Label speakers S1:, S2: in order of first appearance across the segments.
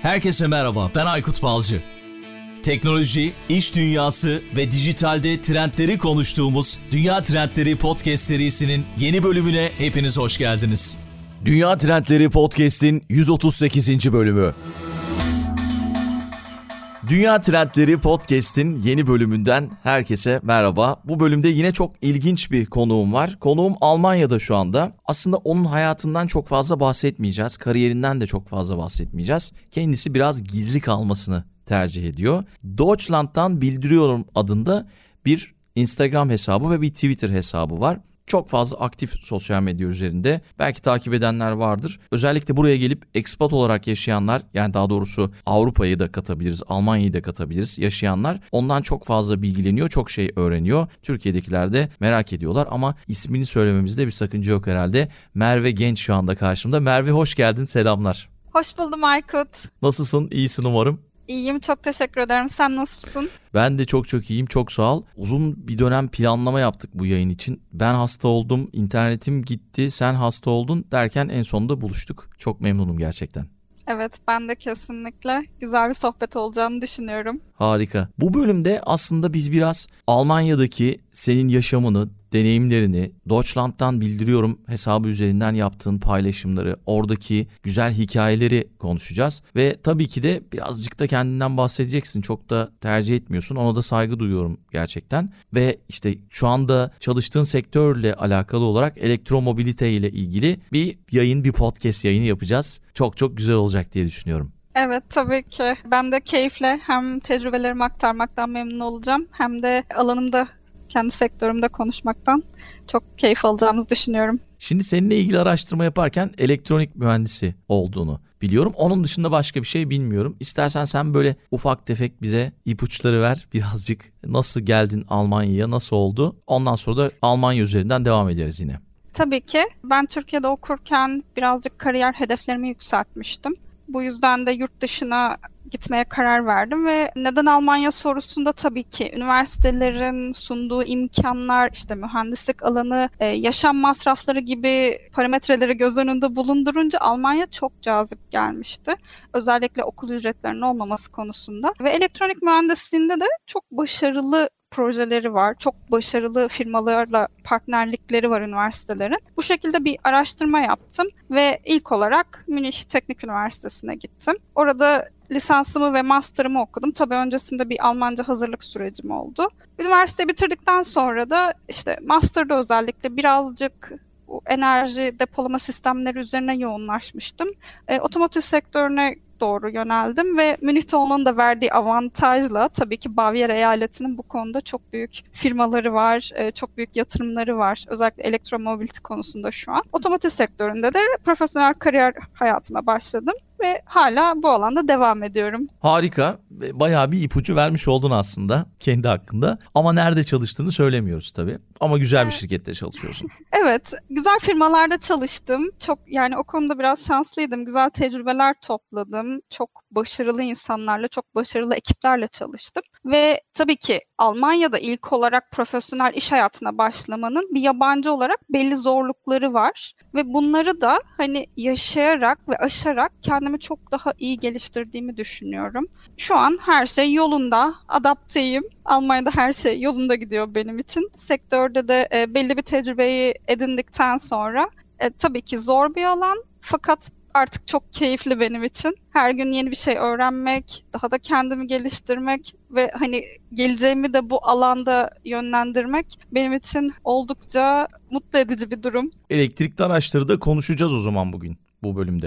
S1: Herkese merhaba, ben Aykut Balcı. Teknoloji, iş dünyası ve dijitalde trendleri konuştuğumuz Dünya Trendleri Podcast serisinin yeni bölümüne hepiniz hoş geldiniz. Dünya Trendleri Podcast'in 138. bölümü. Dünya Trendleri Podcast'in yeni bölümünden herkese merhaba. Bu bölümde yine çok ilginç bir konuğum var. Konuğum Almanya'da şu anda. Aslında onun hayatından çok fazla bahsetmeyeceğiz. Kariyerinden de çok fazla bahsetmeyeceğiz. Kendisi biraz gizli kalmasını tercih ediyor. Deutschland'dan Bildiriyorum adında bir Instagram hesabı ve bir Twitter hesabı var. Çok fazla aktif sosyal medya üzerinde. Belki takip edenler vardır. Özellikle buraya gelip expat olarak yaşayanlar, yani daha doğrusu Avrupa'yı da katabiliriz, Almanya'yı da katabiliriz, yaşayanlar ondan çok fazla bilgileniyor, çok şey öğreniyor. Türkiye'dekiler de merak ediyorlar ama ismini söylememizde bir sakınca yok herhalde. Merve Genç şu anda karşımda. Merve hoş geldin, selamlar.
S2: Hoş buldum Aykut.
S1: Nasılsın? İyisin umarım.
S2: İyiyim, çok teşekkür ederim. Sen nasılsın?
S1: Ben de çok iyiyim, çok sağ ol. Uzun bir dönem planlama yaptık bu yayın için. Ben hasta oldum, internetim gitti, sen hasta oldun derken en sonunda buluştuk. Çok memnunum gerçekten.
S2: Evet, ben de kesinlikle güzel bir sohbet olacağını düşünüyorum.
S1: Harika. Bu bölümde aslında biz biraz Almanya'daki senin yaşamını, deneyimlerini, Deutschland'dan Bildiriyorum hesabı üzerinden yaptığın paylaşımları, oradaki güzel hikayeleri konuşacağız. Ve tabii ki de birazcık da kendinden bahsedeceksin. Çok da tercih etmiyorsun. Ona da saygı duyuyorum gerçekten. Ve işte şu anda çalıştığın sektörle alakalı olarak elektromobilite ile ilgili bir yayın, bir podcast yayını yapacağız. Çok güzel olacak diye düşünüyorum.
S2: Evet, tabii ki. Ben de keyifle hem tecrübelerimi aktarmaktan memnun olacağım hem de alanımda, kendi sektörümde konuşmaktan çok keyif alacağımızı düşünüyorum.
S1: Şimdi seninle ilgili araştırma yaparken elektronik mühendisi olduğunu biliyorum. Onun dışında başka bir şey bilmiyorum. İstersen sen böyle ufak tefek bize ipuçları ver. Birazcık nasıl geldin Almanya'ya, nasıl oldu? Ondan sonra da Almanya üzerinden devam ederiz yine.
S2: Tabii ki. Ben Türkiye'de okurken birazcık kariyer hedeflerimi yükseltmiştim. Bu yüzden de yurt dışına gitmeye karar verdim ve neden Almanya sorusunda tabii ki üniversitelerin sunduğu imkanlar, işte mühendislik alanı, yaşam masrafları gibi parametreleri göz önünde bulundurunca Almanya çok cazip gelmişti. Özellikle okul ücretlerinin olmaması konusunda. Ve elektronik mühendisliğinde de çok başarılı projeleri var. Çok başarılı firmalarla partnerlikleri var üniversitelerin. Bu şekilde bir araştırma yaptım ve ilk olarak Münih Teknik Üniversitesi'ne gittim. Orada lisansımı ve master'ımı okudum. Tabii öncesinde bir Almanca hazırlık sürecim oldu. Üniversiteyi bitirdikten sonra da işte master'da özellikle birazcık enerji depolama sistemleri üzerine yoğunlaşmıştım. Otomotiv sektörüne doğru yöneldim ve Münih'te olmanın da verdiği avantajla tabii ki Bavyera eyaletinin bu konuda çok büyük firmaları var, çok büyük yatırımları var. Özellikle elektromobilite konusunda şu an. Otomotiv sektöründe de profesyonel kariyer hayatıma başladım ve hala bu alanda devam ediyorum.
S1: Harika. Bayağı bir ipucu vermiş oldun aslında kendi hakkında. Ama nerede çalıştığını söylemiyoruz tabii. Ama güzel bir şirkette çalışıyorsun.
S2: Evet, güzel firmalarda çalıştım. Yani o konuda biraz şanslıydım. Güzel tecrübeler topladım. Çok başarılı insanlarla, çok başarılı ekiplerle çalıştım. Ve tabii ki Almanya'da ilk olarak profesyonel iş hayatına başlamanın bir yabancı olarak belli zorlukları var. Ve bunları da hani yaşayarak ve aşarak kendimi çok daha iyi geliştirdiğimi düşünüyorum. Şu an her şey yolunda, adapteyim. Almanya'da her şey yolunda gidiyor benim için. Sektörde de belli bir tecrübeyi edindikten sonra tabii ki zor bir alan fakat artık çok keyifli benim için. Her gün yeni bir şey öğrenmek, daha da kendimi geliştirmek ve hani geleceğimi de bu alanda yönlendirmek benim için oldukça mutlu edici bir durum.
S1: Elektrikli araçları da konuşacağız o zaman bugün bu bölümde.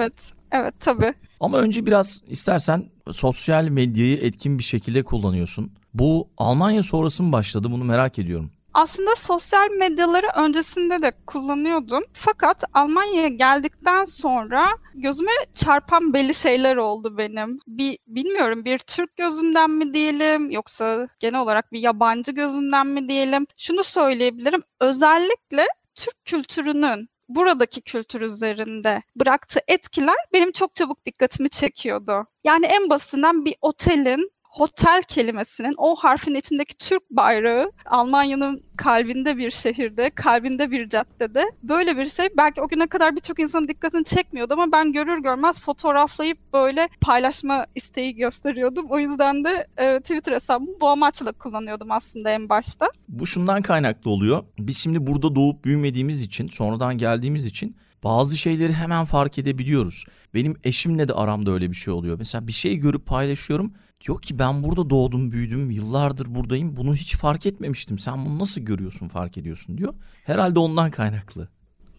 S2: Evet tabii.
S1: Ama önce biraz istersen sosyal medyayı etkin bir şekilde kullanıyorsun. Bu Almanya sonrası mı başladı, bunu merak ediyorum.
S2: Aslında sosyal medyaları öncesinde de kullanıyordum. Fakat Almanya'ya geldikten sonra gözüme çarpan belli şeyler oldu benim. Bilmiyorum, bir Türk gözünden mi diyelim yoksa genel olarak bir yabancı gözünden mi diyelim. Şunu söyleyebilirim, özellikle Türk kültürünün buradaki kültür üzerinde bıraktığı etkiler benim çok çabuk dikkatimi çekiyordu. Yani en basitinden bir otelin hotel kelimesinin O harfin içindeki Türk bayrağı Almanya'nın kalbinde bir şehirde, kalbinde bir caddede böyle bir şey belki o güne kadar birçok insanın dikkatini çekmiyordu ama ben görür görmez fotoğraflayıp böyle paylaşma isteği gösteriyordum. O yüzden de Twitter hesabımı bu amaçla kullanıyordum aslında en başta.
S1: Bu şundan kaynaklı oluyor. Biz şimdi burada doğup büyümediğimiz için, sonradan geldiğimiz için bazı şeyleri hemen fark edebiliyoruz. Benim eşimle de aramda öyle bir şey oluyor. Mesela bir şey görüp paylaşıyorum. Diyor ki ben burada doğdum, büyüdüm, yıllardır buradayım. Bunu hiç fark etmemiştim. Sen bunu nasıl görüyorsun, fark ediyorsun diyor. Herhalde ondan kaynaklı.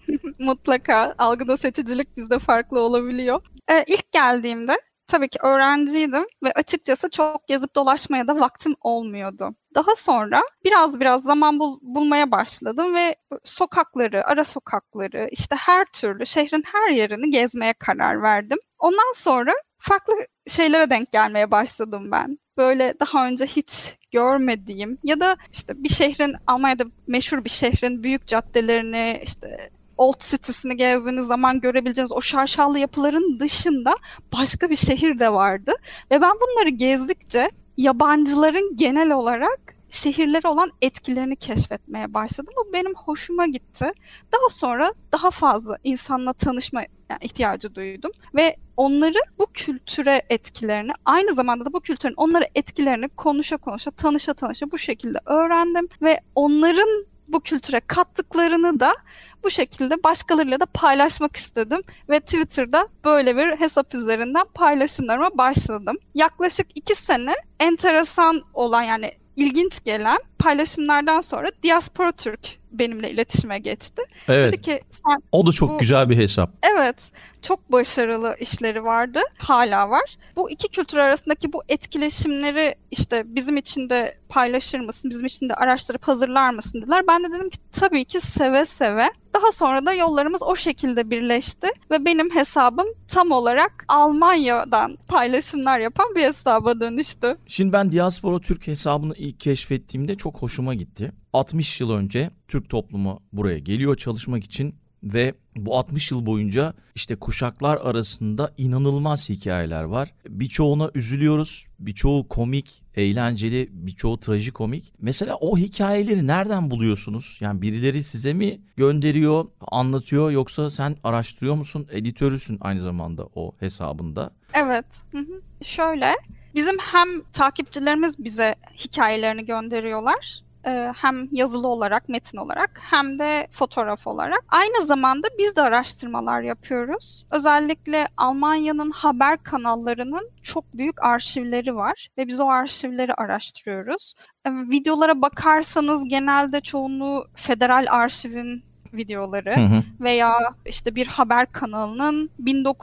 S2: Mutlaka algıda seçicilik bizde farklı olabiliyor. İlk geldiğimde tabii ki öğrenciydim ve açıkçası çok gezip dolaşmaya da vaktim olmuyordu. Daha sonra biraz zaman bulmaya başladım ve sokakları, ara sokakları, işte her türlü şehrin her yerini gezmeye karar verdim. Ondan sonra farklı şeylere denk gelmeye başladım ben. Böyle daha önce hiç görmediğim ya da işte bir şehrin, Almanya'da meşhur bir şehrin büyük caddelerini, işte Old City'sini gezdiğiniz zaman görebileceğiniz o şaşalı yapıların dışında başka bir şehir de vardı. Ve ben bunları gezdikçe yabancıların genel olarak şehirlere olan etkilerini keşfetmeye başladım. Bu benim hoşuma gitti. Daha sonra daha fazla insanla tanışma ihtiyacı duydum. Ve onların bu kültüre etkilerini, aynı zamanda da bu kültürün onlara etkilerini konuşa tanışa bu şekilde öğrendim. Ve onların bu kültüre kattıklarını da bu şekilde başkalarıyla da paylaşmak istedim ve Twitter'da böyle bir hesap üzerinden paylaşımlarıma başladım. Yaklaşık 2 sene enteresan olan, yani ilginç gelen paylaşımlardan sonra Diaspora Türk benimle iletişime geçti.
S1: Evet.
S2: Dedi ki sen
S1: o da çok güzel bir hesap.
S2: Evet, çok başarılı işleri vardı, hala var. Bu iki kültür arasındaki bu etkileşimleri işte bizim için de paylaşır mısın, bizim için de araştırıp hazırlar mısın dediler. Ben de dedim ki tabii ki seve seve. Daha sonra da yollarımız o şekilde birleşti ve benim hesabım tam olarak Almanya'dan paylaşımlar yapan bir hesaba dönüştü.
S1: Şimdi ben Diaspora Türk hesabını ilk keşfettiğimde çok hoşuma gitti. 60 yıl önce Türk toplumu buraya geliyor çalışmak için ve bu 60 yıl boyunca işte kuşaklar arasında inanılmaz hikayeler var. Birçoğuna üzülüyoruz, birçoğu komik, eğlenceli, birçoğu trajikomik. Mesela o hikayeleri nereden buluyorsunuz? Yani birileri size mi gönderiyor, anlatıyor, yoksa sen araştırıyor musun? Editörüsün aynı zamanda o hesabında.
S2: Evet. Şöyle, bizim hem takipçilerimiz bize hikayelerini gönderiyorlar, hem yazılı olarak, metin olarak hem de fotoğraf olarak. Aynı zamanda biz de araştırmalar yapıyoruz. Özellikle Almanya'nın haber kanallarının çok büyük arşivleri var ve biz o arşivleri araştırıyoruz. Videolara bakarsanız genelde çoğunluğu Federal Arşiv'in videoları veya işte bir haber kanalının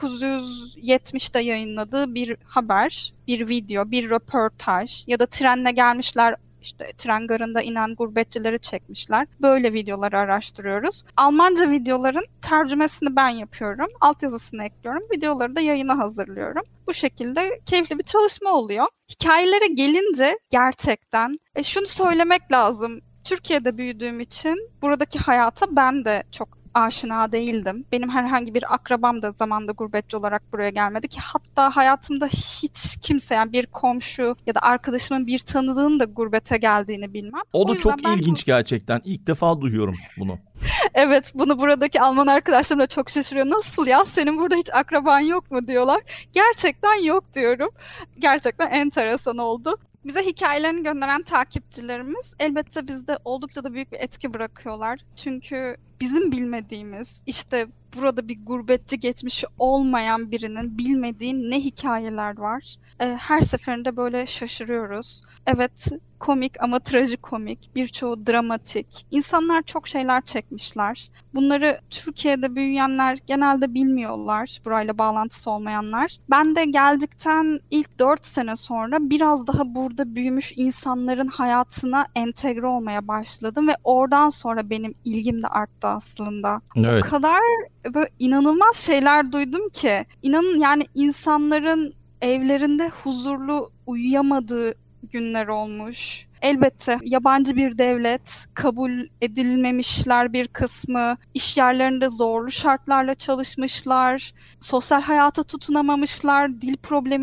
S2: 1970'te yayınladığı bir haber, bir video, bir röportaj ya da trenle gelmişler, İşte tren garında inen gurbetçileri çekmişler. Böyle videoları araştırıyoruz. Almanca videoların tercümesini ben yapıyorum. Altyazısını ekliyorum. Videoları da yayına hazırlıyorum. Bu şekilde keyifli bir çalışma oluyor. Hikayelere gelince gerçekten şunu söylemek lazım. Türkiye'de büyüdüğüm için buradaki hayata ben de çok aşina değildim. Benim herhangi bir akrabam da zamanında gurbetçi olarak buraya gelmedi ki, hatta hayatımda hiç kimse, yani bir komşu ya da arkadaşımın bir tanıdığının da gurbete geldiğini bilmem.
S1: O da çok ilginç gerçekten. İlk defa duyuyorum bunu.
S2: Evet, bunu buradaki Alman arkadaşlarım da çok şaşırıyor. Nasıl ya, senin burada hiç akraban yok mu diyorlar. Gerçekten yok diyorum. Gerçekten enteresan oldu. Bize hikayelerini gönderen takipçilerimiz elbette bizde oldukça da büyük bir etki bırakıyorlar. Çünkü bizim bilmediğimiz, işte burada bir gurbetçi geçmişi olmayan birinin bilmediği ne hikayeler var. Her seferinde böyle şaşırıyoruz. Evet, komik ama trajikomik, birçoğu dramatik. İnsanlar çok şeyler çekmişler. Bunları Türkiye'de büyüyenler genelde bilmiyorlar, burayla bağlantısı olmayanlar. Ben de geldikten ilk 4 sene sonra biraz daha burada büyümüş insanların hayatına entegre olmaya başladım ve oradan sonra benim ilgim de arttı aslında. Evet. O kadar böyle inanılmaz şeyler duydum ki, inanın yani insanların evlerinde huzurlu uyuyamadığı günler olmuş. Elbette yabancı bir devlet, kabul edilmemişler bir kısmı, iş yerlerinde zorlu şartlarla çalışmışlar, sosyal hayata tutunamamışlar, dil problemi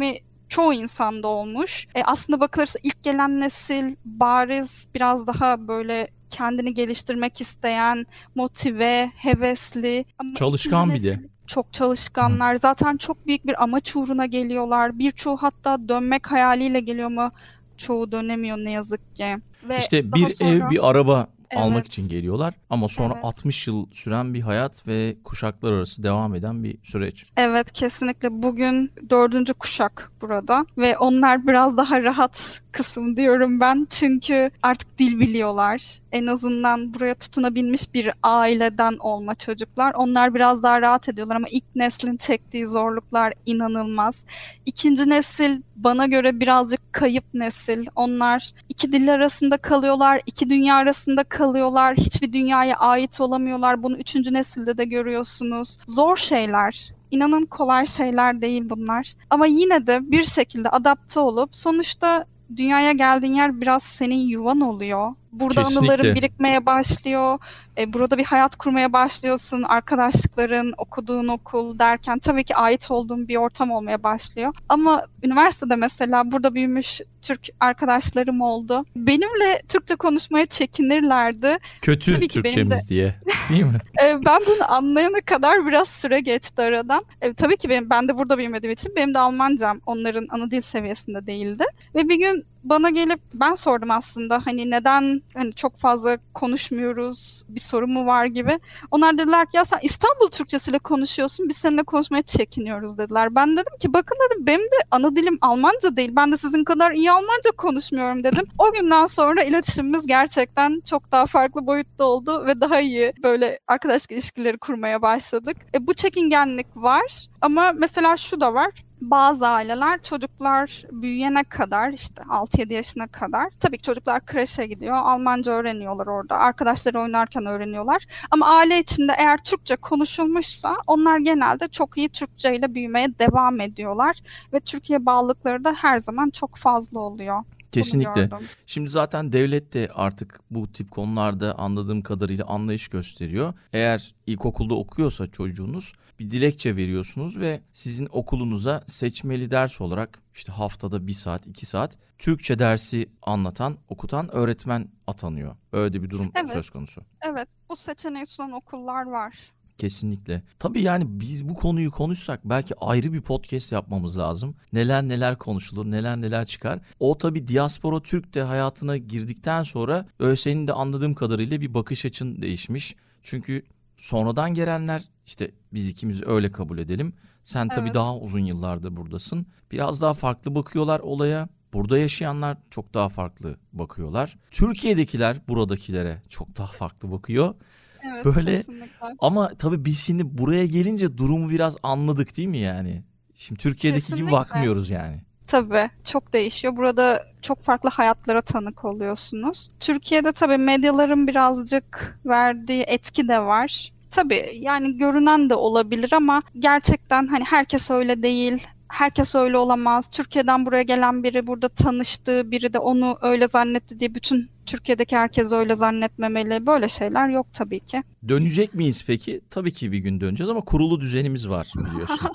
S2: çoğu insanda olmuş. Aslında bakılırsa ilk gelen nesil bariz biraz daha böyle kendini geliştirmek isteyen, motive, hevesli. Ama
S1: Çalışkan bir
S2: ikinci
S1: de.
S2: nesil çok çalışkanlar. Zaten çok büyük bir amaç uğruna geliyorlar. Birçoğu hatta dönmek hayaliyle geliyor ama çoğu dönemiyor ne yazık ki. Ve
S1: İşte
S2: daha
S1: bir ev,
S2: sonra
S1: bir araba almak
S2: evet,
S1: için geliyorlar ama sonra
S2: evet.
S1: 60 yıl süren bir hayat ve kuşaklar arası devam eden bir süreç.
S2: Evet, kesinlikle. Bugün 4. kuşak burada ve onlar biraz daha rahat kısım diyorum ben. Çünkü artık dil biliyorlar. En azından buraya tutunabilmiş bir aileden olma çocuklar. Onlar biraz daha rahat ediyorlar ama ilk neslin çektiği zorluklar inanılmaz. İkinci nesil bana göre birazcık kayıp nesil. Onlar iki dil arasında kalıyorlar, iki dünya arasında kalıyorlar. Hiçbir dünyaya ait olamıyorlar. Bunu üçüncü nesilde de görüyorsunuz. Zor şeyler. İnanın kolay şeyler değil bunlar. Ama yine de bir şekilde adapte olup sonuçta dünyaya geldiğin yer biraz senin yuvan oluyor. Burada anıların
S1: Kesinlikle.
S2: birikmeye başlıyor. Burada bir hayat kurmaya başlıyorsun. Arkadaşlıkların, okuduğun okul derken tabii ki ait olduğun bir ortam olmaya başlıyor. Ama üniversitede mesela burada büyümüş Türk arkadaşlarım oldu. Benimle Türkçe konuşmaya çekinirlerdi.
S1: Kötü
S2: Tabii ki benim de
S1: Türkçemiz diye, değil mi?
S2: ben bunu anlayana kadar biraz süre geçti aradan. Tabii ki ben de burada büyümediğim için benim de Almancam onların ana dil seviyesinde değildi. Ve bir gün bana gelip ben sordum aslında hani neden hani çok fazla konuşmuyoruz, bir sorun mu var gibi. Onlar dediler ki ya sen İstanbul Türkçesiyle konuşuyorsun, biz seninle konuşmaya çekiniyoruz dediler. Ben dedim ki bakın dedim benim de ana dilim Almanca değil. Ben de sizin kadar iyi Almanca konuşmuyorum dedim. O günden sonra iletişimimiz gerçekten çok daha farklı boyutta oldu ve daha iyi böyle arkadaşlık ilişkileri kurmaya başladık. Bu çekingenlik var ama mesela şu da var. Bazı aileler çocuklar büyüyene kadar işte 6-7 yaşına kadar tabii ki çocuklar kreşe gidiyor. Almanca öğreniyorlar orada. Arkadaşları oynarken öğreniyorlar. Ama aile içinde eğer Türkçe konuşulmuşsa onlar genelde çok iyi Türkçe ile büyümeye devam ediyorlar. Ve Türkiye bağlılıkları da her zaman çok fazla oluyor.
S1: Kesinlikle. Şimdi zaten devlet de artık bu tip konularda anladığım kadarıyla anlayış gösteriyor. Eğer ilkokulda okuyorsa çocuğunuz bir dilekçe veriyorsunuz ve sizin okulunuza seçmeli ders olarak işte haftada 1 saat 2 saat Türkçe dersi anlatan, okutan öğretmen atanıyor. Öyle bir durum söz konusu.
S2: Evet, bu seçeneği sunan okullar var.
S1: Kesinlikle. Tabii yani biz bu konuyu konuşsak belki ayrı bir podcast yapmamız lazım. Neler neler konuşulur, neler neler çıkar. O tabii diaspora Türk de hayatına girdikten sonra senin de anladığım kadarıyla bir bakış açın değişmiş. Çünkü sonradan gelenler işte biz ikimiz öyle kabul edelim. Sen tabii daha uzun yıllardır buradasın. Biraz daha farklı bakıyorlar olaya. Burada yaşayanlar çok daha farklı bakıyorlar. Türkiye'dekiler buradakilere çok daha farklı bakıyor.
S2: Evet,
S1: böyle
S2: kesinlikle.
S1: Ama tabii biz şimdi buraya gelince durumu biraz anladık değil mi yani? Şimdi Türkiye'deki gibi bakmıyoruz yani.
S2: Tabii çok değişiyor. Burada çok farklı hayatlara tanık oluyorsunuz. Türkiye'de tabii medyaların birazcık verdiği etki de var. Tabii yani görünen de olabilir ama gerçekten hani herkes öyle değil. Herkes öyle olamaz. Türkiye'den buraya gelen biri burada tanıştığı biri de onu öyle zannetti diye bütün Türkiye'deki herkes öyle zannetmemeli. Böyle şeyler yok tabii ki.
S1: Dönecek miyiz peki? Tabii ki bir gün döneceğiz ama kurulu düzenimiz var biliyorsun.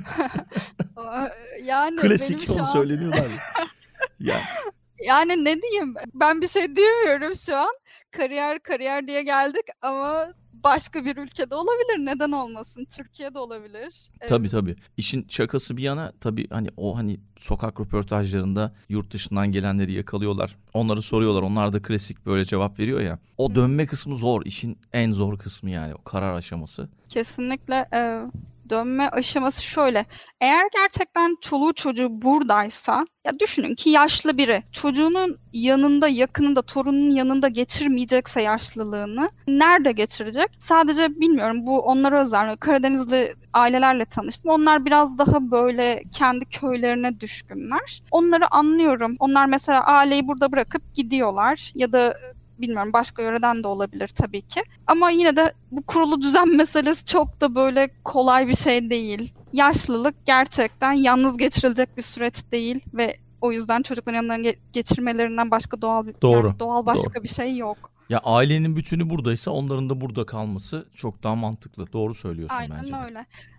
S2: Yani
S1: Klasik onu söyleniyorlar.
S2: Yani ne diyeyim? Ben bir şey diyemiyorum şu an. Kariyer diye geldik ama başka bir ülkede olabilir. Neden olmasın? Türkiye'de olabilir.
S1: Tabii. İşin şakası bir yana tabii hani sokak röportajlarında yurt dışından gelenleri yakalıyorlar. Onları soruyorlar. Onlar da klasik böyle cevap veriyor ya. O dönme kısmı zor. İşin en zor kısmı yani o karar aşaması.
S2: Kesinlikle dönme aşaması şöyle. Eğer gerçekten çoluğu çocuğu buradaysa ya düşünün ki yaşlı biri çocuğunun yanında, yakınında, torununun yanında geçirmeyecekse yaşlılığını nerede geçirecek? Sadece bilmiyorum, bu onlara özel. Karadenizli ailelerle tanıştım. Onlar biraz daha böyle kendi köylerine düşkünler. Onları anlıyorum. Onlar mesela aileyi burada bırakıp gidiyorlar ya da bilmiyorum, başka yöreden de olabilir tabii ki. Ama yine de bu kurulu düzen meselesi çok da böyle kolay bir şey değil. Yaşlılık gerçekten yalnız geçirilecek bir süreç değil ve o yüzden çocukların yanına geçirmelerinden başka doğal başka bir şey yok.
S1: Ya ailenin bütünü buradaysa onların da burada kalması çok daha mantıklı. Doğru söylüyorsun bence de.
S2: Aynen öyle.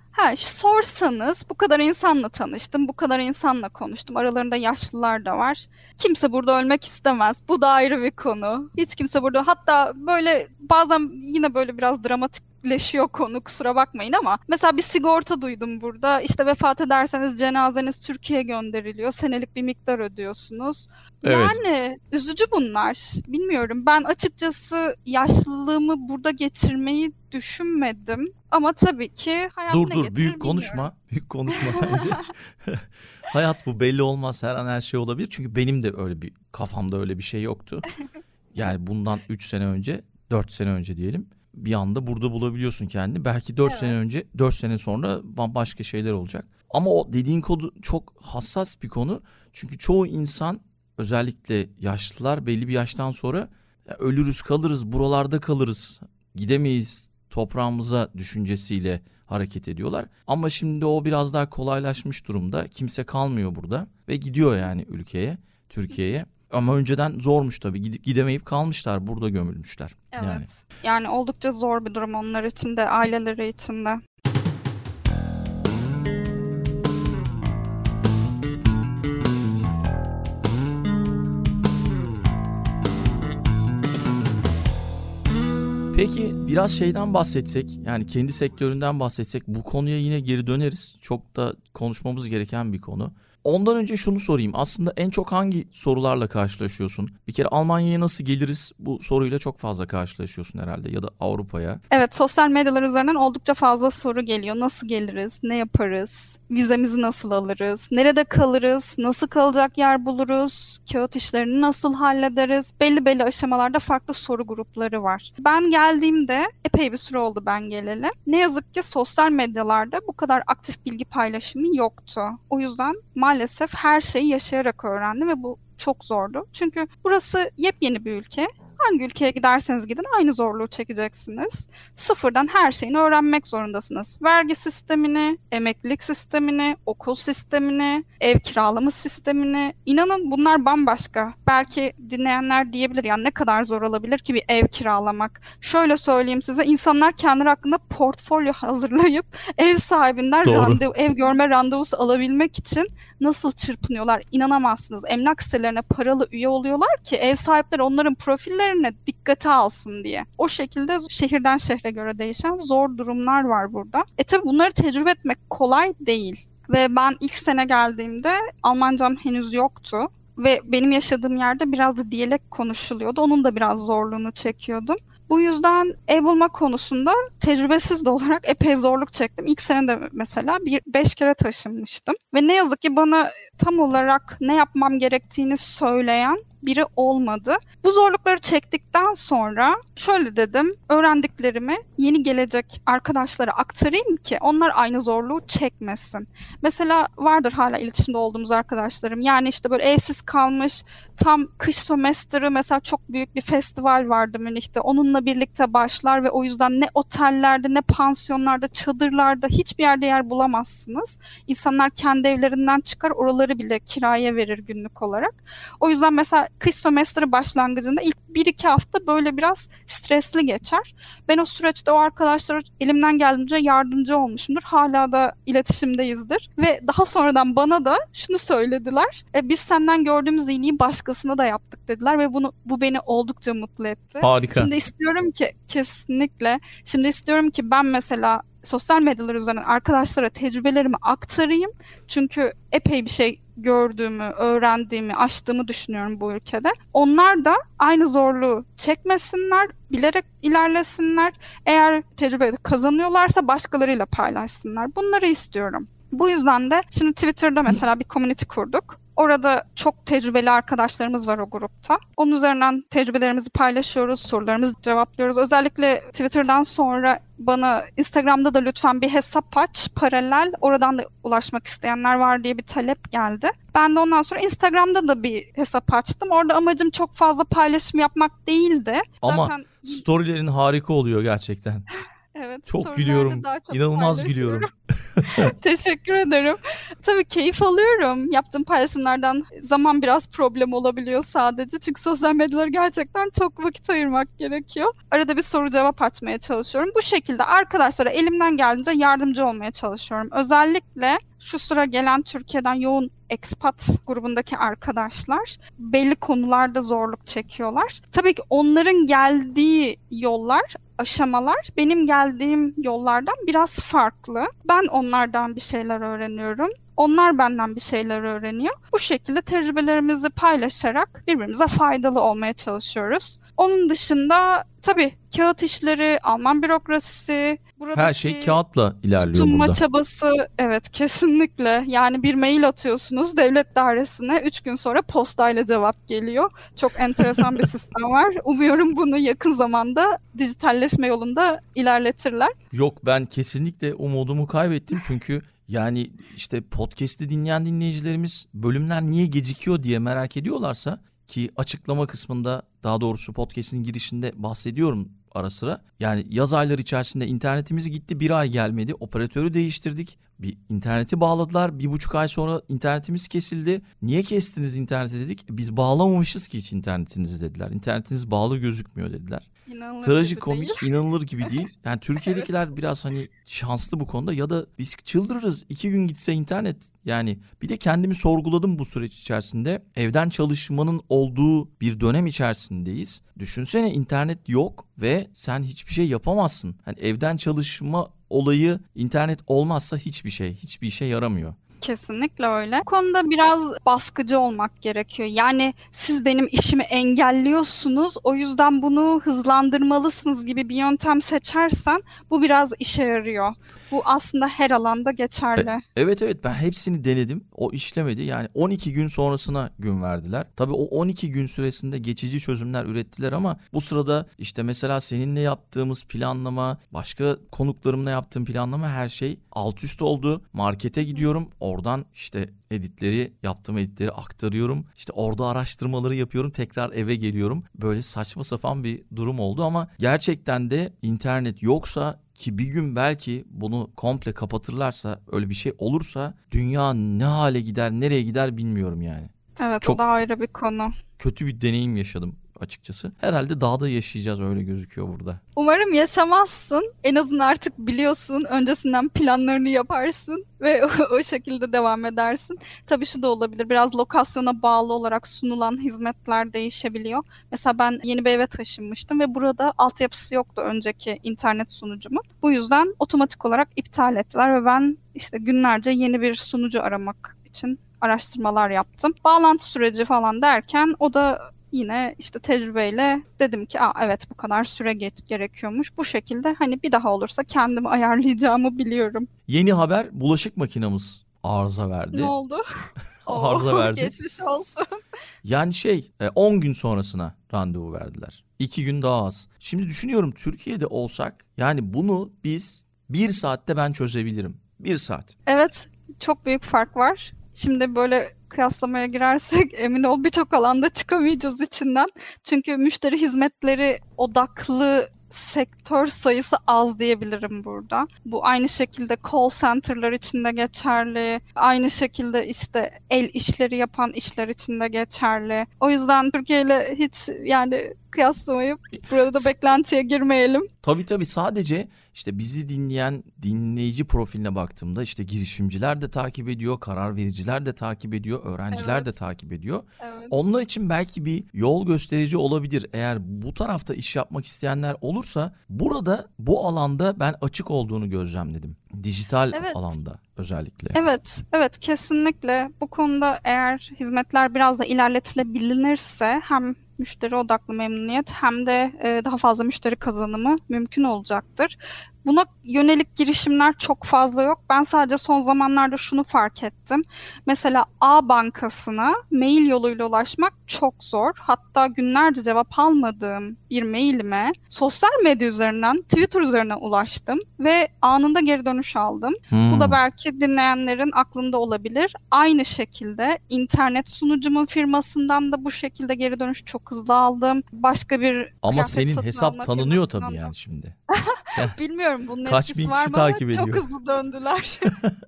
S2: Sorsanız bu kadar insanla tanıştım, bu kadar insanla konuştum. Aralarında yaşlılar da var. Kimse burada ölmek istemez. Bu da ayrı bir konu. Hiç kimse burada, hatta böyle bazen yine böyle biraz dramatikleşiyor konu, kusura bakmayın ama mesela bir sigorta duydum burada. İşte vefat ederseniz cenazeniz Türkiye'ye gönderiliyor. Senelik bir miktar ödüyorsunuz.
S1: Evet.
S2: Yani üzücü bunlar. Bilmiyorum. Ben açıkçası yaşlılığımı burada geçirmeyi düşünmedim. Ama tabii ki hayat ne
S1: Dur
S2: getirir
S1: büyük
S2: bilmiyorum.
S1: konuşma. Büyük konuşma bence. Hayat bu, belli olmaz, her an her şey olabilir. Çünkü benim de öyle bir kafamda öyle bir şey yoktu. Yani bundan 3 sene önce, 4 sene önce diyelim, bir anda burada bulabiliyorsun kendini. Belki 4 sene önce, 4 sene sonra bambaşka şeyler olacak. Ama o dediğin konu çok hassas bir konu. Çünkü çoğu insan, özellikle yaşlılar, belli bir yaştan sonra ölürüz kalırız, buralarda kalırız, gidemeyiz toprağımıza düşüncesiyle hareket ediyorlar. Ama şimdi o biraz daha kolaylaşmış durumda. Kimse kalmıyor burada ve gidiyor yani ülkeye, Türkiye'ye. Ama önceden zormuş tabii. Gidemeyip kalmışlar, burada gömülmüşler.
S2: Evet. Yani oldukça zor bir durum onlar için de, aileleri için de.
S1: Peki biraz şeyden bahsetsek, yani kendi sektöründen bahsetsek, bu konuya yine geri döneriz. Çok da konuşmamız gereken bir konu. Ondan önce şunu sorayım. Aslında en çok hangi sorularla karşılaşıyorsun? Bir kere Almanya'ya nasıl geliriz? Bu soruyla çok fazla karşılaşıyorsun herhalde, ya da Avrupa'ya.
S2: Evet, sosyal medyalar üzerinden oldukça fazla soru geliyor. Nasıl geliriz? Ne yaparız? Vizemizi nasıl alırız? Nerede kalırız? Nasıl kalacak yer buluruz? Kağıt işlerini nasıl hallederiz? Belli aşamalarda farklı soru grupları var. Ben geldiğimde, epey bir süre oldu ben geleli, ne yazık ki sosyal medyalarda bu kadar aktif bilgi paylaşımı yoktu. O yüzden maalesef her şeyi yaşayarak öğrendim ve bu çok zordu. Çünkü burası yepyeni bir ülke. Hangi ülkeye giderseniz gidin aynı zorluğu çekeceksiniz. Sıfırdan her şeyini öğrenmek zorundasınız. Vergi sistemini, emeklilik sistemini, okul sistemini, ev kiralama sistemini. İnanın bunlar bambaşka. Belki dinleyenler diyebilir, yani ne kadar zor olabilir ki bir ev kiralamak. Şöyle söyleyeyim size, insanlar kendileri hakkında portfolyo hazırlayıp ev sahibinden ev görme randevusu alabilmek için nasıl çırpınıyorlar, inanamazsınız. Emlak sitelerine paralı üye oluyorlar ki ev sahipleri onların profillerine dikkate alsın diye. O şekilde şehirden şehre göre değişen zor durumlar var burada. Tabii bunları tecrübe etmek kolay değil. Ve ben ilk sene geldiğimde Almancam henüz yoktu. Ve benim yaşadığım yerde biraz da diyalekt konuşuluyordu. Onun da biraz zorluğunu çekiyordum. Bu yüzden ev bulma konusunda tecrübesiz de olarak epey zorluk çektim. İlk sene de mesela 5 kere taşınmıştım. Ve ne yazık ki bana tam olarak ne yapmam gerektiğini söyleyen biri olmadı. Bu zorlukları çektikten sonra şöyle dedim, öğrendiklerimi yeni gelecek arkadaşlara aktarayım ki onlar aynı zorluğu çekmesin. Mesela vardır hala iletişimde olduğumuz arkadaşlarım. Yani işte böyle evsiz kalmış, tam kış sömestri mesela çok büyük bir festival vardı Münih'te. Onunla birlikte başlar ve o yüzden ne otellerde, ne pansiyonlarda, çadırlarda, hiçbir yerde yer bulamazsınız. İnsanlar kendi evlerinden çıkar, oraları bile kiraya verir günlük olarak. O yüzden mesela kış sömestri başlangıcında ilk 1-2 hafta böyle biraz stresli geçer. Ben o süreçte o arkadaşlara elimden geldiğince yardımcı olmuşumdur. Hala da iletişimdeyizdir. Ve daha sonradan bana da şunu söylediler. Biz senden gördüğümüz iyiliği başkasına da yaptık dediler ve bu beni oldukça mutlu etti.
S1: Harika.
S2: Şimdi istiyorum ki, kesinlikle. Şimdi istiyorum ki ben mesela sosyal medyalar üzerinden arkadaşlara tecrübelerimi aktarayım. Çünkü epey bir şey gördüğümü, öğrendiğimi, aştığımı düşünüyorum bu ülkede. Onlar da aynı zorluğu çekmesinler, bilerek ilerlesinler. Eğer tecrübe kazanıyorlarsa başkalarıyla paylaşsınlar. Bunları istiyorum. Bu yüzden de şimdi Twitter'da mesela bir community kurduk. Orada çok tecrübeli arkadaşlarımız var o grupta. Onun üzerinden tecrübelerimizi paylaşıyoruz, sorularımızı cevaplıyoruz. Özellikle Twitter'dan sonra bana Instagram'da da lütfen bir hesap aç, paralel. Oradan da ulaşmak isteyenler var diye bir talep geldi. Ben de ondan sonra Instagram'da da bir hesap açtım. Orada amacım çok fazla paylaşım yapmak değildi.
S1: Ama
S2: zaten
S1: storylerin harika oluyor gerçekten.
S2: Evet,
S1: Çok
S2: storylerde
S1: gülüyorum.
S2: daha çok
S1: İnanılmaz
S2: paylaşıyorum.
S1: gülüyorum.
S2: Teşekkür ederim. Tabii keyif alıyorum. Yaptığım paylaşımlardan zaman biraz problem olabiliyor sadece. Çünkü sosyal medyalara gerçekten çok vakit ayırmak gerekiyor. Arada bir soru cevap açmaya çalışıyorum. Bu şekilde arkadaşlara elimden geldiğince yardımcı olmaya çalışıyorum. Özellikle şu sıra gelen Türkiye'den yoğun expat grubundaki arkadaşlar belli konularda zorluk çekiyorlar. Tabii ki onların geldiği yollar, aşamalar benim geldiğim yollardan biraz farklı. Ben onlardan bir şeyler öğreniyorum. Onlar benden bir şeyler öğreniyor. Bu şekilde tecrübelerimizi paylaşarak birbirimize faydalı olmaya çalışıyoruz. Onun dışında tabii kağıt işleri, Alman bürokrasisi,
S1: Her şey
S2: buradaki
S1: kağıtla ilerliyor
S2: tutunma
S1: burada.
S2: çabası, evet kesinlikle. Yani bir mail atıyorsunuz devlet dairesine, 3 gün sonra postayla cevap geliyor. Çok enteresan bir sistem var. Umuyorum bunu yakın zamanda dijitalleşme yolunda ilerletirler.
S1: Yok, ben kesinlikle umudumu kaybettim çünkü yani işte podcast'i dinleyen dinleyicilerimiz bölümler niye gecikiyor diye merak ediyorlarsa, ki açıklama kısmında, daha doğrusu podcast'in girişinde bahsediyorum ara sıra. Yani yaz ayları içerisinde internetimiz gitti, bir ay gelmedi, operatörü değiştirdik. Bir interneti bağladılar, 1,5 ay sonra internetimiz kesildi. Niye kestiniz interneti dedik. Biz bağlamamışız ki hiç internetinizi dediler. İnternetiniz bağlı gözükmüyor dediler.
S2: İnanılır gibi
S1: Trajikomik,
S2: değil.
S1: inanılır gibi değil. Yani Türkiye'dekiler biraz hani şanslı bu konuda, ya da biz çıldırırız 2 gün gitse internet. Yani bir de kendimi sorguladım bu süreç içerisinde. Evden çalışmanın olduğu bir dönem içerisindeyiz. Düşünsene, internet yok ve sen hiçbir şey yapamazsın. Hani evden çalışma olayı, internet olmazsa hiçbir işe yaramıyor.
S2: Kesinlikle öyle. Bu konuda biraz baskıcı olmak gerekiyor. Yani siz benim işimi engelliyorsunuz, o yüzden bunu hızlandırmalısınız gibi bir yöntem seçersen bu biraz işe yarıyor. Bu aslında her alanda geçerli.
S1: Evet, ben hepsini denedim. O işlemedi. Yani 12 gün sonrasına gün verdiler. Tabii o 12 gün süresinde geçici çözümler ürettiler ama bu sırada işte mesela seninle yaptığımız planlama, başka konuklarımla yaptığım planlama, her şey alt üst oldu. Markete gidiyorum. Oradan işte yaptığım editleri aktarıyorum. İşte orada araştırmaları yapıyorum. Tekrar eve geliyorum. Böyle saçma sapan bir durum oldu ama gerçekten de internet yoksa, ki bir gün belki bunu komple kapatırlarsa, öyle bir şey olursa dünya ne hale gider, nereye gider bilmiyorum yani.
S2: Evet,
S1: Çok
S2: o da ayrı bir konu.
S1: kötü bir deneyim yaşadım açıkçası. Herhalde dağda yaşayacağız, öyle gözüküyor burada.
S2: Umarım yaşamazsın. En azından artık biliyorsun. Öncesinden planlarını yaparsın ve o şekilde devam edersin. Tabii şu da olabilir. Biraz lokasyona bağlı olarak sunulan hizmetler değişebiliyor. Mesela ben yeni bir eve taşınmıştım ve burada altyapısı yoktu önceki internet sunucumun. Bu yüzden otomatik olarak iptal ettiler ve ben işte günlerce yeni bir sunucu aramak için araştırmalar yaptım. Bağlantı süreci falan derken o da yine işte tecrübeyle dedim ki evet bu kadar süre gerekiyormuş. Bu şekilde hani bir daha olursa kendimi ayarlayacağımı biliyorum.
S1: Yeni haber, bulaşık makinamız arıza
S2: Ne
S1: verdi.
S2: oldu?
S1: Arıza verdi.
S2: Geçmiş olsun.
S1: Yani 10 gün sonrasına randevu verdiler. 2 gün daha az. Şimdi düşünüyorum, Türkiye'de olsak yani bunu biz 1 saatte ben çözebilirim. 1 saat.
S2: Evet, çok büyük fark var. Şimdi böyle kıyaslamaya girersek emin ol birçok alanda çıkamayacağız içinden. Çünkü müşteri hizmetleri odaklı sektör sayısı az diyebilirim burada. Bu aynı şekilde call center'lar için de geçerli. Aynı şekilde işte el işleri yapan işler için de geçerli. O yüzden Türkiye ile hiç yani kıyaslamayıp burada da beklentiye girmeyelim.
S1: Tabii, sadece işte bizi dinleyen dinleyici profiline baktığımda işte girişimciler de takip ediyor, karar vericiler de takip ediyor, öğrenciler de takip ediyor.
S2: Evet.
S1: Onlar için belki bir yol gösterici olabilir. Eğer bu tarafta iş yapmak isteyenler olursa, burada bu alanda ben açık olduğunu gözlemledim. Dijital alanda özellikle.
S2: Evet kesinlikle. Bu konuda eğer hizmetler biraz da ilerletilebilirse hem müşteri odaklı memnuniyet hem de daha fazla müşteri kazanımı mümkün olacaktır. Buna yönelik girişimler çok fazla yok. Ben sadece son zamanlarda şunu fark ettim. Mesela A bankasına mail yoluyla ulaşmak çok zor. Hatta günlerce cevap almadığım bir mailime sosyal medya üzerinden, Twitter üzerinden ulaştım ve anında geri dönüş aldım. Bu da belki dinleyenlerin aklında olabilir. Aynı şekilde internet sunucumun firmasından da bu şekilde geri dönüş çok hızlı aldım. Başka bir
S1: ama
S2: kıyafet
S1: senin
S2: satın
S1: hesap
S2: alma
S1: tanınıyor
S2: firmasından
S1: tabii
S2: da.
S1: yani şimdi.
S2: Bilmiyorum. Bilmiyorum bunun
S1: Kaç bin
S2: etkisi var
S1: kişi
S2: mı ama
S1: takip
S2: çok
S1: ediyor?
S2: hızlı döndüler.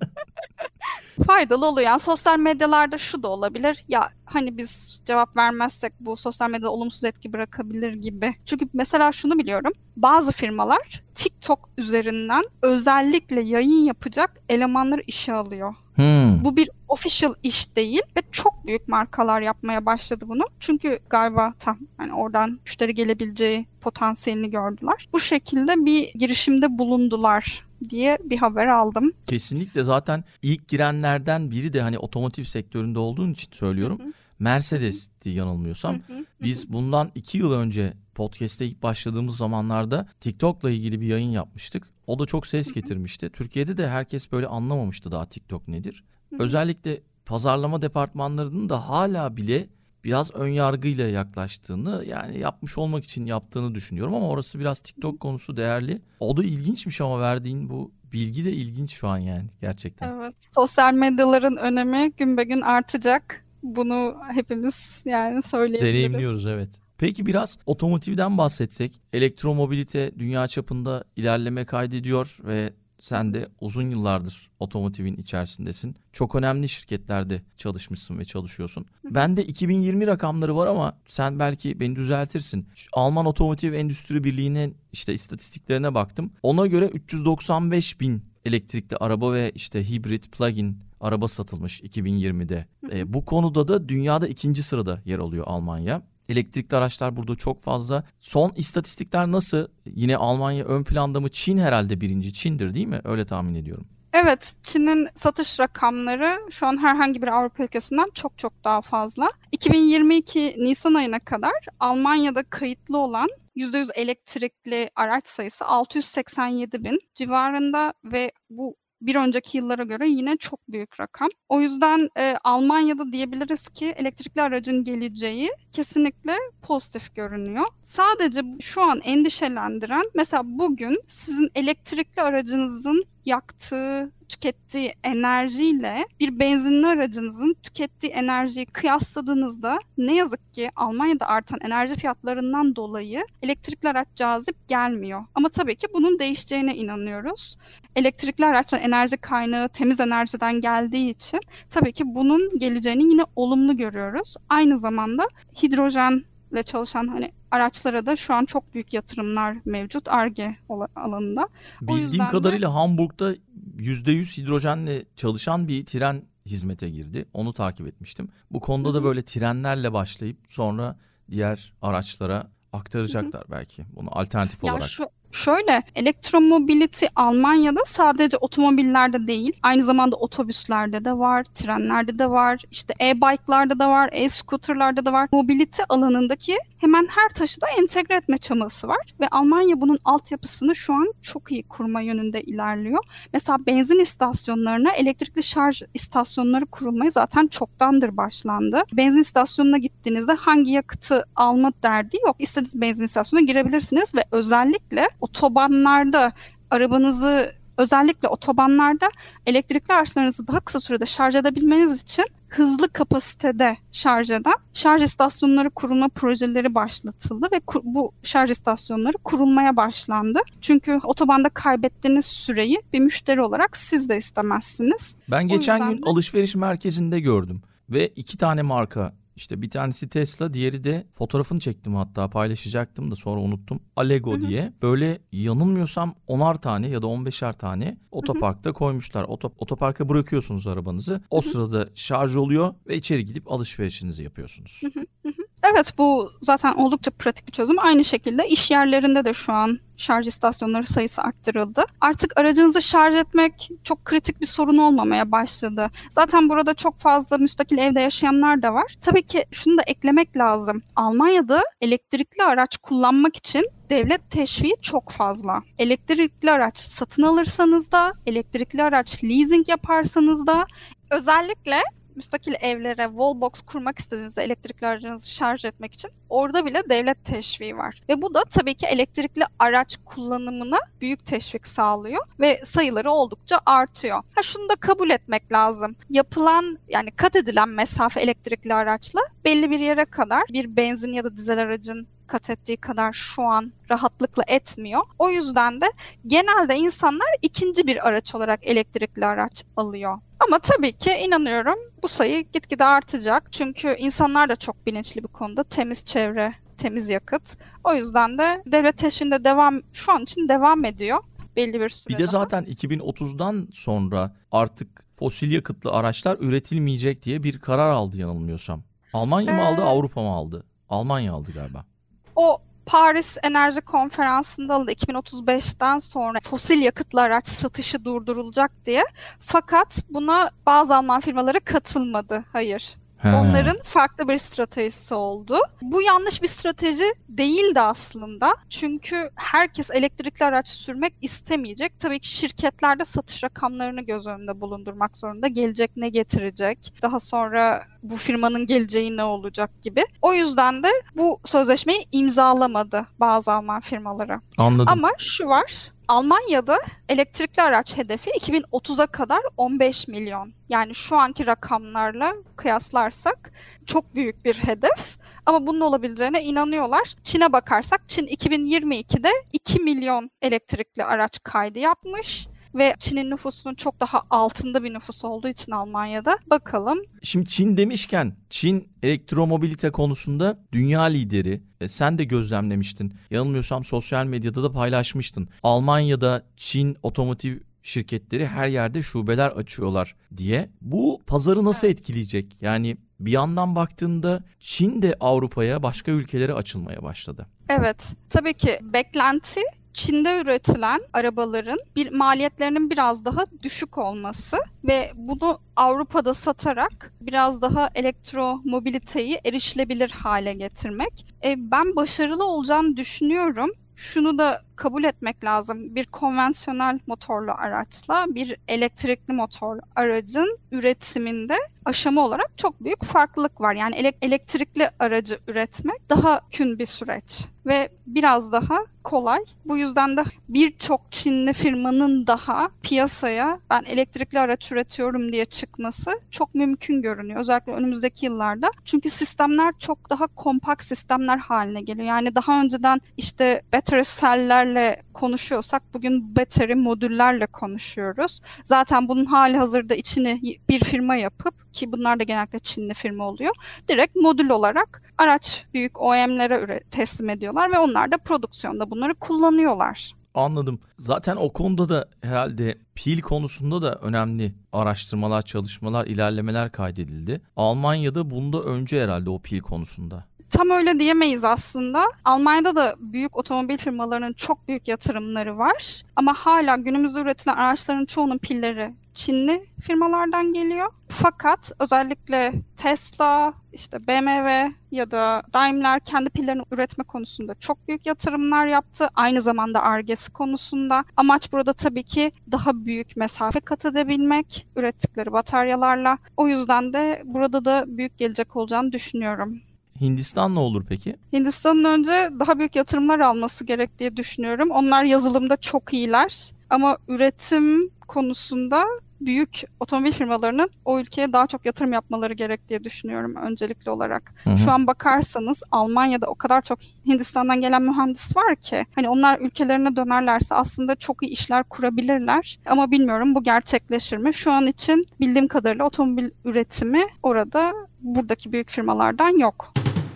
S2: Faydalı oluyor. Yani sosyal medyalarda şu da olabilir. Ya hani biz cevap vermezsek bu sosyal medyada olumsuz etki bırakabilir gibi. Çünkü mesela şunu biliyorum. Bazı firmalar TikTok üzerinden özellikle yayın yapacak elemanları işe alıyor. Bu bir official iş değil ve çok büyük markalar yapmaya başladı bunu. Çünkü galiba tam hani oradan müşteri gelebileceği potansiyelini gördüler. Bu şekilde bir girişimde bulundular diye bir haber aldım.
S1: Kesinlikle, zaten ilk girenlerden biri de hani otomotiv sektöründe olduğun için söylüyorum. Mercedes'ti yanılmıyorsam. Biz bundan 2 yıl önce podcast'te ilk başladığımız zamanlarda TikTok'la ilgili bir yayın yapmıştık. O da çok ses getirmişti. Türkiye'de de herkes böyle anlamamıştı daha TikTok nedir. Özellikle pazarlama departmanlarının da hala bile biraz ön yargıyla yaklaştığını, yani yapmış olmak için yaptığını düşünüyorum ama orası biraz TikTok konusu değerli. O da ilginçmiş ama verdiğin bu bilgi de ilginç şu an yani gerçekten.
S2: Evet, sosyal medyaların önemi gün be gün artacak. Bunu hepimiz yani söyleyebiliriz.
S1: Deneyimliyoruz, evet. Peki biraz otomotivden bahsetsek. Elektromobilite dünya çapında ilerleme kaydediyor ve sen de uzun yıllardır otomotivin içerisindesin. Çok önemli şirketlerde çalışmışsın ve çalışıyorsun. Bende 2020 rakamları var ama sen belki beni düzeltirsin. Şu Alman Otomotiv Endüstri Birliği'nin işte istatistiklerine baktım. Ona göre 395 bin elektrikli araba ve işte hibrit, plug-in araba satılmış 2020'de. Bu konuda da dünyada 2. sırada yer alıyor Almanya. Elektrikli araçlar burada çok fazla. Son istatistikler nasıl? Yine Almanya ön planda mı? Çin herhalde birinci. Çin'dir değil mi? Öyle tahmin ediyorum.
S2: Evet, Çin'in satış rakamları şu an herhangi bir Avrupa ülkesinden çok çok daha fazla. 2022 Nisan ayına kadar Almanya'da kayıtlı olan %100 elektrikli araç sayısı 687 bin civarında ve bu bir önceki yıllara göre yine çok büyük rakam. O yüzden Almanya'da diyebiliriz ki elektrikli aracın geleceği kesinlikle pozitif görünüyor. Sadece şu an endişelendiren, mesela bugün sizin elektrikli aracınızın yaktığı, tükettiği enerjiyle bir benzinli aracınızın tükettiği enerjiyi kıyasladığınızda ne yazık ki Almanya'da artan enerji fiyatlarından dolayı elektrikli araç cazip gelmiyor. Ama tabii ki bunun değişeceğine inanıyoruz. Elektrikli araçların enerji kaynağı temiz enerjiden geldiği için tabii ki bunun geleceğini yine olumlu görüyoruz. Aynı zamanda hidrojenle çalışan hani araçlara da şu an çok büyük yatırımlar mevcut Ar-Ge alanında.
S1: Bildiğim kadarıyla Hamburg'da %100 hidrojenle çalışan bir tren hizmete girdi. Onu takip etmiştim. Bu konuda da böyle trenlerle başlayıp sonra diğer araçlara aktaracaklar belki bunu alternatif olarak.
S2: Şöyle, elektromobility Almanya'da sadece otomobillerde değil, aynı zamanda otobüslerde de var, trenlerde de var, işte e-bike'larda da var, e-scooter'larda da var. Mobility alanındaki hemen her taşıda entegre etme çabası var ve Almanya bunun altyapısını şu an çok iyi kurma yönünde ilerliyor. Mesela benzin istasyonlarına elektrikli şarj istasyonları kurulmaya zaten çoktandır başlandı. Benzin istasyonuna gittiğinizde hangi yakıtı alma derdi yok. İstediğiniz benzin istasyonuna girebilirsiniz ve özellikle özellikle otobanlarda elektrikli araçlarınızı daha kısa sürede şarj edebilmeniz için hızlı kapasitede şarj eden şarj istasyonları kurulma projeleri başlatıldı ve bu şarj istasyonları kurulmaya başlandı. Çünkü otobanda kaybettiğiniz süreyi bir müşteri olarak siz de istemezsiniz.
S1: Ben geçen gün alışveriş merkezinde gördüm ve 2 tane marka. İşte bir tanesi Tesla, diğeri de fotoğrafını çektim, hatta paylaşacaktım da sonra unuttum. Allego diye. Böyle yanılmıyorsam 10'ar tane ya da 15'er tane otoparkta koymuşlar. Otoparka bırakıyorsunuz arabanızı. O sırada şarj oluyor ve içeri gidip alışverişinizi yapıyorsunuz.
S2: Evet, bu zaten oldukça pratik bir çözüm. Aynı şekilde iş yerlerinde de şu an şarj istasyonları sayısı arttırıldı. Artık aracınızı şarj etmek çok kritik bir sorun olmamaya başladı. Zaten burada çok fazla müstakil evde yaşayanlar da var. Tabii ki şunu da eklemek lazım. Almanya'da elektrikli araç kullanmak için devlet teşviği çok fazla. Elektrikli araç satın alırsanız da, elektrikli araç leasing yaparsanız da, özellikle müstakil evlere wallbox kurmak istediğinizde elektrikli aracınızı şarj etmek için orada bile devlet teşviği var. Ve bu da tabii ki elektrikli araç kullanımına büyük teşvik sağlıyor ve sayıları oldukça artıyor. Şunu da kabul etmek lazım. Kat edilen mesafe elektrikli araçla belli bir yere kadar bir benzin ya da dizel aracın kat ettiği kadar şu an rahatlıkla etmiyor. O yüzden de genelde insanlar ikinci bir araç olarak elektrikli araç alıyor. Ama tabii ki inanıyorum bu sayı gitgide artacak. Çünkü insanlar da çok bilinçli bu konuda. Temiz çevre, temiz yakıt. O yüzden de devlet teşviğinde şu an için devam ediyor. Belli bir süre
S1: Bir de
S2: daha.
S1: zaten 2030'dan sonra artık fosil yakıtlı araçlar üretilmeyecek diye bir karar aldı yanılmıyorsam. Almanya mı aldı, Avrupa mı aldı? Almanya aldı galiba.
S2: O Paris Enerji Konferansı'nda alındı 2035'ten sonra fosil yakıtlı araç satışı durdurulacak diye. Fakat buna bazı Alman firmaları katılmadı. Hayır. Onların farklı bir stratejisi oldu. Bu yanlış bir strateji değildi aslında. Çünkü herkes elektrikli araç sürmek istemeyecek. Tabii ki şirketler de satış rakamlarını göz önünde bulundurmak zorunda. Gelecek ne getirecek? Daha sonra bu firmanın geleceği ne olacak gibi. O yüzden de bu sözleşmeyi imzalamadı bazı Alman firmaları.
S1: Anladım.
S2: Ama şu var. Almanya'da elektrikli araç hedefi 2030'a kadar 15 milyon. Yani şu anki rakamlarla kıyaslarsak çok büyük bir hedef. Ama bunun olabileceğine inanıyorlar. Çin'e bakarsak Çin 2022'de 2 milyon elektrikli araç kaydı yapmış. Ve Çin'in nüfusunun çok daha altında bir nüfus olduğu için Almanya'da. Bakalım.
S1: Şimdi Çin demişken, Çin elektromobilite konusunda dünya lideri. Sen de gözlemlemiştin. Yanılmıyorsam sosyal medyada da paylaşmıştın. Almanya'da Çin otomotiv şirketleri her yerde şubeler açıyorlar diye. Bu pazarı nasıl etkileyecek? Yani bir yandan baktığında Çin de Avrupa'ya, başka ülkelere açılmaya başladı.
S2: Evet, tabii ki beklenti Çin'de üretilen arabaların maliyetlerinin biraz daha düşük olması ve bunu Avrupa'da satarak biraz daha elektromobiliteyi erişilebilir hale getirmek. Ben başarılı olacağını düşünüyorum. Şunu da kabul etmek lazım. Bir konvansiyonel motorlu araçla bir elektrikli motorlu aracın üretiminde aşama olarak çok büyük farklılık var. Yani elektrikli aracı üretmek daha kün bir süreç ve biraz daha kolay. Bu yüzden de birçok Çinli firmanın daha piyasaya ben elektrikli araç üretiyorum diye çıkması çok mümkün görünüyor. Özellikle önümüzdeki yıllarda. Çünkü sistemler çok daha kompakt sistemler haline geliyor. Yani daha önceden işte battery cell'lerle konuşuyorsak bugün battery modüllerle konuşuyoruz. Zaten bunun hali hazırda içini bir firma yapıp ki bunlar da genellikle Çinli firma oluyor. Direkt modül olarak araç büyük OEM'lere teslim ediyorlar ve onlar da prodüksiyonda bunları kullanıyorlar.
S1: Anladım. Zaten o konuda da herhalde pil konusunda da önemli araştırmalar, çalışmalar, ilerlemeler kaydedildi. Almanya'da bunda önce herhalde o pil konusunda.
S2: Tam öyle diyemeyiz aslında. Almanya'da da büyük otomobil firmalarının çok büyük yatırımları var. Ama hala günümüzde üretilen araçların çoğunun pilleri Çinli firmalardan geliyor. Fakat özellikle Tesla, işte BMW ya da Daimler kendi pillerini üretme konusunda çok büyük yatırımlar yaptı. Aynı zamanda Ar-Ge'si konusunda. Amaç burada tabii ki daha büyük mesafe kat edebilmek ürettikleri bataryalarla. O yüzden de burada da büyük gelecek olacağını düşünüyorum.
S1: Hindistan ne olur peki?
S2: Hindistan'ın önce daha büyük yatırımlar alması gerek diye düşünüyorum. Onlar yazılımda çok iyiler ama üretim konusunda büyük otomobil firmalarının o ülkeye daha çok yatırım yapmaları gerek diye düşünüyorum öncelikli olarak.
S1: Hı hı.
S2: Şu an bakarsanız Almanya'da o kadar çok Hindistan'dan gelen mühendis var ki hani onlar ülkelerine dönerlerse aslında çok iyi işler kurabilirler. Ama bilmiyorum bu gerçekleşir mi? Şu an için bildiğim kadarıyla otomobil üretimi orada buradaki büyük firmalardan yok.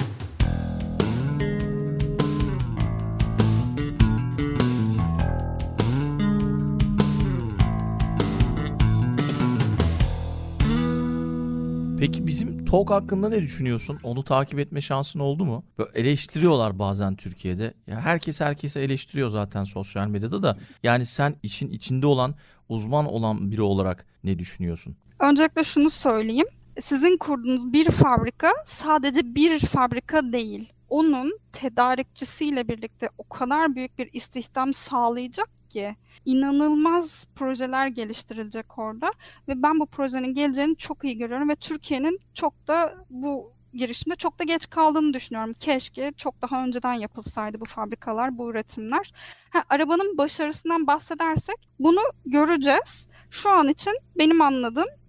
S1: Peki bizim TOG hakkında ne düşünüyorsun? Onu takip etme şansın oldu mu? Böyle eleştiriyorlar bazen Türkiye'de. Ya herkesi eleştiriyor zaten sosyal medyada da. Yani sen işin içinde olan, uzman olan biri olarak ne düşünüyorsun?
S2: Öncelikle şunu söyleyeyim. Sizin kurduğunuz bir fabrika sadece bir fabrika değil. Onun tedarikçisiyle birlikte o kadar büyük bir istihdam sağlayacak ki inanılmaz projeler geliştirilecek orada ve ben bu projenin geleceğini çok iyi görüyorum ve Türkiye'nin çok da bu girişimde çok da geç kaldığını düşünüyorum. Keşke çok daha önceden yapılsaydı bu fabrikalar, bu üretimler. Arabanın başarısından bahsedersek bunu göreceğiz. Şu an için benim anladığım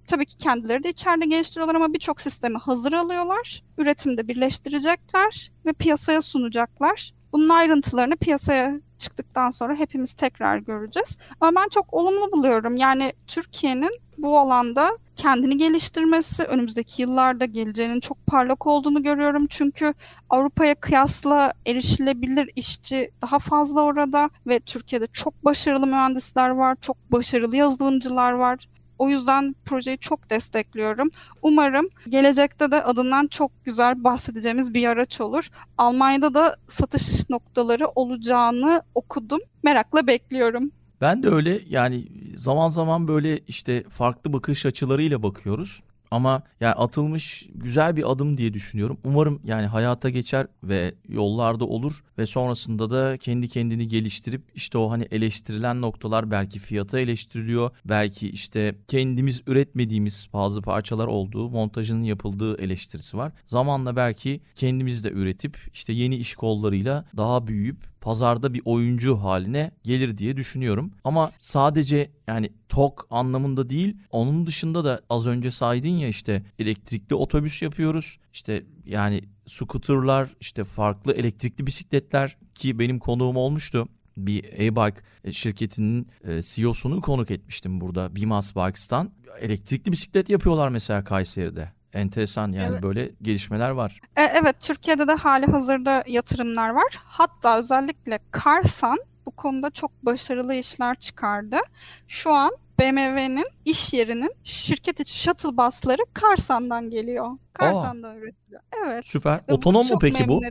S2: Tabii ki kendileri de içeride geliştiriyorlar ama birçok sistemi hazır alıyorlar. Üretimde birleştirecekler ve piyasaya sunacaklar. Bunun ayrıntılarını piyasaya çıktıktan sonra hepimiz tekrar göreceğiz. Ama ben çok olumlu buluyorum. Yani Türkiye'nin bu alanda kendini geliştirmesi, önümüzdeki yıllarda geleceğinin çok parlak olduğunu görüyorum. Çünkü Avrupa'ya kıyasla erişilebilir işçi daha fazla orada ve Türkiye'de çok başarılı mühendisler var, çok başarılı yazılımcılar var. O yüzden projeyi çok destekliyorum. Umarım gelecekte de adından çok güzel bahsedeceğimiz bir araç olur. Almanya'da da satış noktaları olacağını okudum. Merakla bekliyorum.
S1: Ben de öyle, yani zaman zaman böyle işte farklı bakış açılarıyla bakıyoruz. Ama yani atılmış güzel bir adım diye düşünüyorum. Umarım yani hayata geçer ve yollarda olur ve sonrasında da kendi kendini geliştirip işte o hani eleştirilen noktalar, belki fiyata eleştiriliyor, belki işte kendimiz üretmediğimiz bazı parçalar olduğu, montajının yapıldığı eleştirisi var. Zamanla belki kendimiz de üretip işte yeni iş kollarıyla daha büyüyüp pazarda bir oyuncu haline gelir diye düşünüyorum. Ama sadece yani TOG anlamında değil, onun dışında da az önce saydın ya, işte elektrikli otobüs yapıyoruz. İşte yani scooterlar, işte farklı elektrikli bisikletler, ki benim konuğum olmuştu. Bir e-bike şirketinin CEO'sunu konuk etmiştim burada, Bimas Bikes'tan. Elektrikli bisiklet yapıyorlar mesela Kayseri'de. Enteresan yani, evet. Böyle gelişmeler var.
S2: Evet, Türkiye'de de hali hazırda yatırımlar var. Hatta özellikle Karsan bu konuda çok başarılı işler çıkardı. Şu an BMW'nin iş yerinin şirket içi shuttle busları Karsan'dan geliyor. Karsan'dan üretiliyor. Evet.
S1: Süper. Otonom mu peki bu?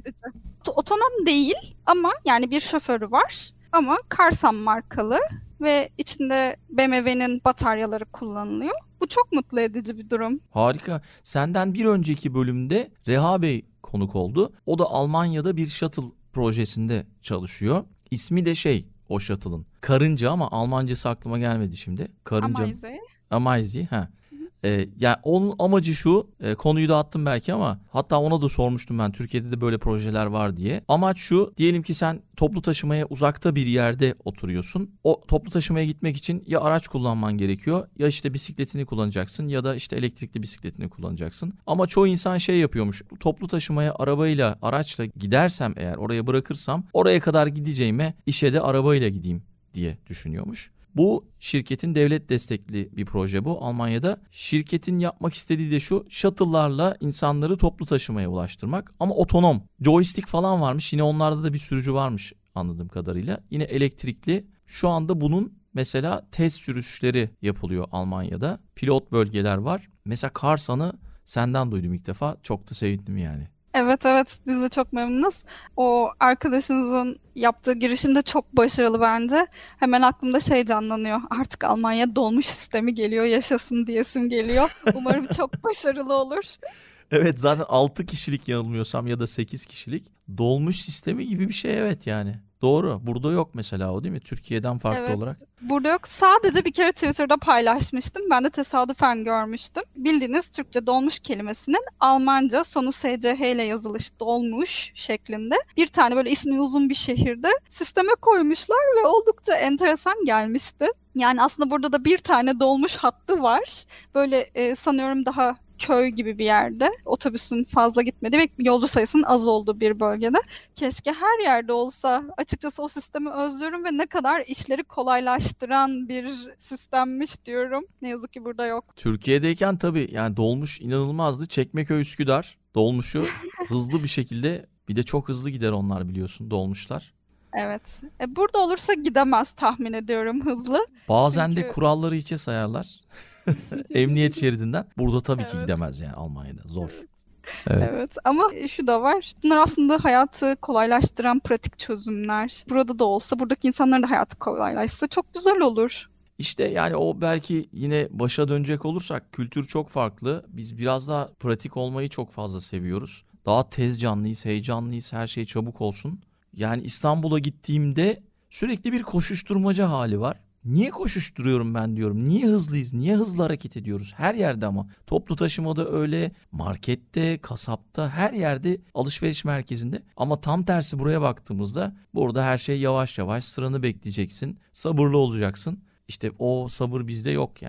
S2: Otonom değil ama yani bir şoförü var ama Karsan markalı ve içinde BMW'nin bataryaları kullanılıyor. Bu çok mutlu edici bir durum.
S1: Harika. Senden bir önceki bölümde Reha Bey konuk oldu. O da Almanya'da bir shuttle projesinde çalışıyor. İsmi de o shuttle'ın karınca, ama Almancası aklıma gelmedi şimdi. Karınca. Amazi. Ha. Yani onun amacı şu, konuyu da attım belki ama hatta ona da sormuştum ben, Türkiye'de de böyle projeler var diye. Amaç şu, diyelim ki sen toplu taşımaya uzakta bir yerde oturuyorsun. O toplu taşımaya gitmek için ya araç kullanman gerekiyor, ya işte bisikletini kullanacaksın, ya da işte elektrikli bisikletini kullanacaksın. Ama çoğu insan yapıyormuş, toplu taşımaya arabayla, araçla gidersem eğer, oraya bırakırsam oraya kadar gideceğime işe de arabayla gideyim diye düşünüyormuş. Bu şirketin devlet destekli bir proje bu Almanya'da. Şirketin yapmak istediği de şu, shuttle'larla insanları toplu taşımaya ulaştırmak ama otonom. Joystick falan varmış, yine onlarda da bir sürücü varmış anladığım kadarıyla. Yine elektrikli. Şu anda bunun mesela test sürüşleri yapılıyor Almanya'da. Pilot bölgeler var. Mesela Karsan'ı senden duydum ilk defa. Çok da sevindim yani.
S2: Evet, biz de çok memnunuz. O arkadaşınızın yaptığı girişim de çok başarılı bence. Hemen aklımda canlanıyor. Artık Almanya dolmuş sistemi geliyor, yaşasın diyesim geliyor. Umarım çok başarılı olur.
S1: Evet, zaten 6 kişilik yanılmıyorsam ya da 8 kişilik dolmuş sistemi gibi bir şey, evet yani. Doğru. Burada yok mesela o, değil mi? Türkiye'den farklı olarak.
S2: Burada yok. Sadece bir kere Twitter'da paylaşmıştım. Ben de tesadüfen görmüştüm. Bildiğiniz Türkçe dolmuş kelimesinin Almanca sonu SCH ile yazılış, dolmuş şeklinde. Bir tane böyle ismi uzun bir şehirde sisteme koymuşlar ve oldukça enteresan gelmişti. Yani aslında burada da bir tane dolmuş hattı var. Böyle sanıyorum daha köy gibi bir yerde, otobüsün fazla gitmediği ve yolcu sayısının az olduğu bir bölgede. Keşke her yerde olsa. Açıkçası o sistemi özlüyorum ve ne kadar işleri kolaylaştıran bir sistemmiş diyorum. Ne yazık ki burada yok.
S1: Türkiye'deyken tabii yani dolmuş inanılmazdı. Çekmeköy Üsküdar dolmuşu hızlı bir şekilde, bir de çok hızlı gider onlar, biliyorsun, dolmuşlar.
S2: Evet. Burada olursa gidemez tahmin ediyorum hızlı.
S1: Bazen de kuralları hiçe sayarlar. Emniyet şeridinden. Burada tabii ki gidemez yani, Almanya'da. Zor.
S2: Evet ama şu da var. Bunlar aslında hayatı kolaylaştıran pratik çözümler. Burada da olsa, buradaki insanların da hayatı kolaylaşsa çok güzel olur.
S1: İşte yani o, belki yine başa dönecek olursak, kültür çok farklı. Biz biraz daha pratik olmayı çok fazla seviyoruz. Daha tez canlıyız, heyecanlıyız, her şey çabuk olsun. Yani İstanbul'a gittiğimde sürekli bir koşuşturmaca hali var. Niye koşuşturuyorum ben diyorum. Niye hızlıyız? Niye hızlı hareket ediyoruz? Her yerde ama. Toplu taşımada öyle, markette, kasapta, her yerde, alışveriş merkezinde. Ama tam tersi buraya baktığımızda, burada her şey yavaş yavaş, sıranı bekleyeceksin. Sabırlı olacaksın. İşte o sabır bizde yok yani.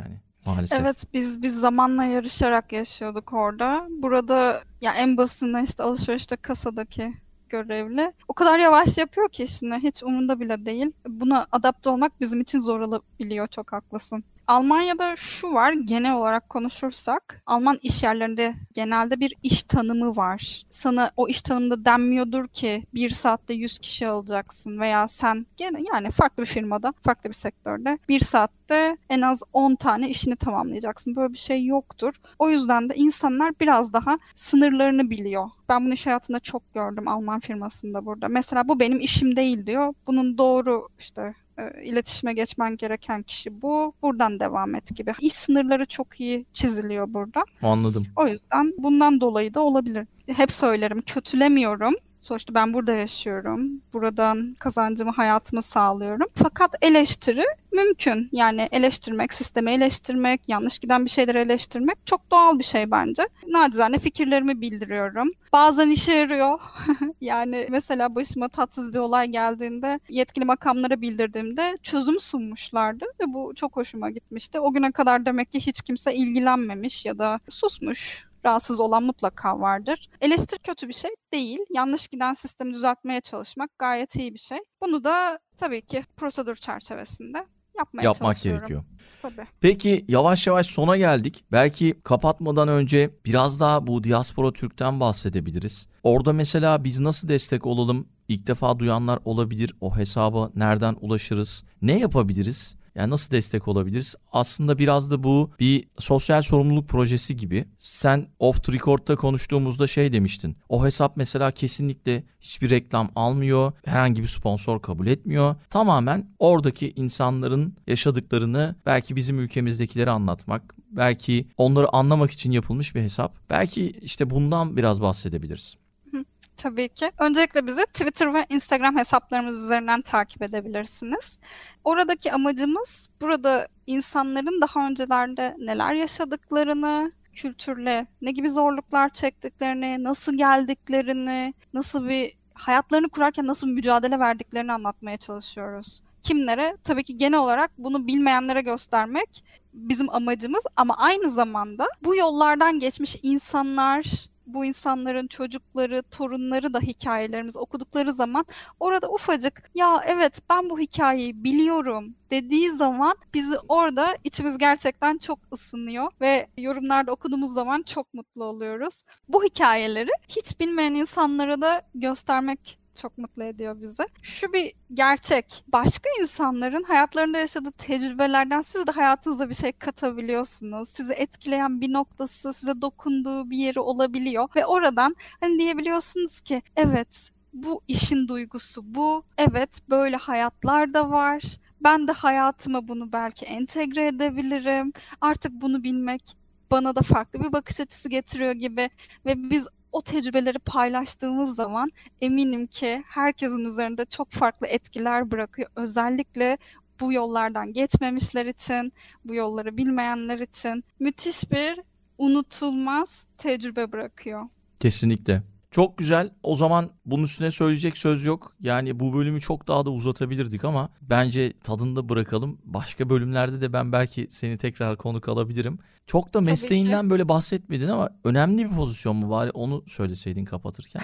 S1: maalesef.
S2: Evet, biz zamanla yarışarak yaşıyorduk orada. Burada ya en basitinden işte alışverişte kasadaki görevli o kadar yavaş yapıyor ki işini, hiç umurunda bile değil. Buna adapte olmak bizim için zor olabiliyor, çok haklısın. Almanya'da şu var, genel olarak konuşursak Alman iş yerlerinde genelde bir iş tanımı var. Sana o iş tanımında denmiyordur ki bir saatte 100 kişi alacaksın veya sen gene yani farklı bir firmada, farklı bir sektörde bir saatte en az 10 tane işini tamamlayacaksın. Böyle bir şey yoktur. O yüzden de insanlar biraz daha sınırlarını biliyor. Ben bunu iş hayatında çok gördüm Alman firmasında burada. Mesela bu benim işim değil diyor. Bunun doğru işte iletişime geçmen gereken kişi bu. Buradan devam et gibi. İş sınırları çok iyi çiziliyor burada.
S1: Anladım.
S2: O yüzden bundan dolayı da olabilir. Hep söylerim, kötülemiyorum. Sonuçta ben burada yaşıyorum. Buradan kazancımı, hayatımı sağlıyorum. Fakat eleştiri mümkün. Yani eleştirmek, sistemi eleştirmek, yanlış giden bir şeyleri eleştirmek çok doğal bir şey bence. Nacizane fikirlerimi bildiriyorum. Bazen işe yarıyor. Yani mesela başıma tatsız bir olay geldiğinde yetkili makamlara bildirdiğimde çözüm sunmuşlardı ve bu çok hoşuma gitmişti. O güne kadar demek ki hiç kimse ilgilenmemiş ya da susmuş. Rahatsız olan mutlaka vardır. Eleştiri kötü bir şey değil. Yanlış giden sistemi düzeltmeye çalışmak gayet iyi bir şey. Bunu da tabii ki prosedür çerçevesinde yapmaya
S1: Yapmak
S2: çalışıyorum.
S1: gerekiyor.
S2: Tabii.
S1: Peki yavaş yavaş sona geldik. Belki kapatmadan önce biraz daha bu Diaspora Türk'ten bahsedebiliriz. Orada mesela biz nasıl destek olalım? İlk defa duyanlar olabilir. O hesaba nereden ulaşırız? Ne yapabiliriz? Yani nasıl destek olabiliriz? Aslında biraz da bu bir sosyal sorumluluk projesi gibi. Sen off the record'da konuştuğumuzda şey demiştin. O hesap mesela kesinlikle hiçbir reklam almıyor. Herhangi bir sponsor kabul etmiyor. Tamamen oradaki insanların yaşadıklarını belki bizim ülkemizdekileri anlatmak, belki onları anlamak için yapılmış bir hesap. Belki işte bundan biraz bahsedebiliriz.
S2: Tabii ki. Öncelikle bizi Twitter ve Instagram hesaplarımız üzerinden takip edebilirsiniz. Oradaki amacımız burada insanların daha öncelerde neler yaşadıklarını, kültürle ne gibi zorluklar çektiklerini, nasıl geldiklerini, nasıl bir hayatlarını kurarken nasıl bir mücadele verdiklerini anlatmaya çalışıyoruz. Kimlere? Tabii ki genel olarak bunu bilmeyenlere göstermek bizim amacımız ama aynı zamanda bu yollardan geçmiş insanlar, bu insanların çocukları, torunları da hikayelerimizi okudukları zaman orada ufacık ya evet ben bu hikayeyi biliyorum dediği zaman bizi orada içimiz gerçekten çok ısınıyor ve yorumlarda okuduğumuz zaman çok mutlu oluyoruz. Bu hikayeleri hiç bilmeyen insanlara da göstermek çok mutlu ediyor bizi. Şu bir gerçek. Başka insanların hayatlarında yaşadığı tecrübelerden siz de hayatınıza bir şey katabiliyorsunuz. Sizi etkileyen bir noktası, size dokunduğu bir yeri olabiliyor ve oradan hani diyebiliyorsunuz ki evet bu işin duygusu bu. Evet böyle hayatlar da var. Ben de hayatıma bunu belki entegre edebilirim. Artık bunu bilmek bana da farklı bir bakış açısı getiriyor gibi ve biz o tecrübeleri paylaştığımız zaman eminim ki herkesin üzerinde çok farklı etkiler bırakıyor. Özellikle bu yollardan geçmemişler için, bu yolları bilmeyenler için müthiş bir unutulmaz tecrübe bırakıyor.
S1: Kesinlikle. Çok güzel. O zaman bunun üstüne söyleyecek söz yok. Yani bu bölümü çok daha da uzatabilirdik ama bence tadında bırakalım. Başka bölümlerde de ben belki seni tekrar konuk alabilirim. Çok da mesleğinden böyle bahsetmedin ama önemli bir pozisyon mu bari onu söyleseydin kapatırken.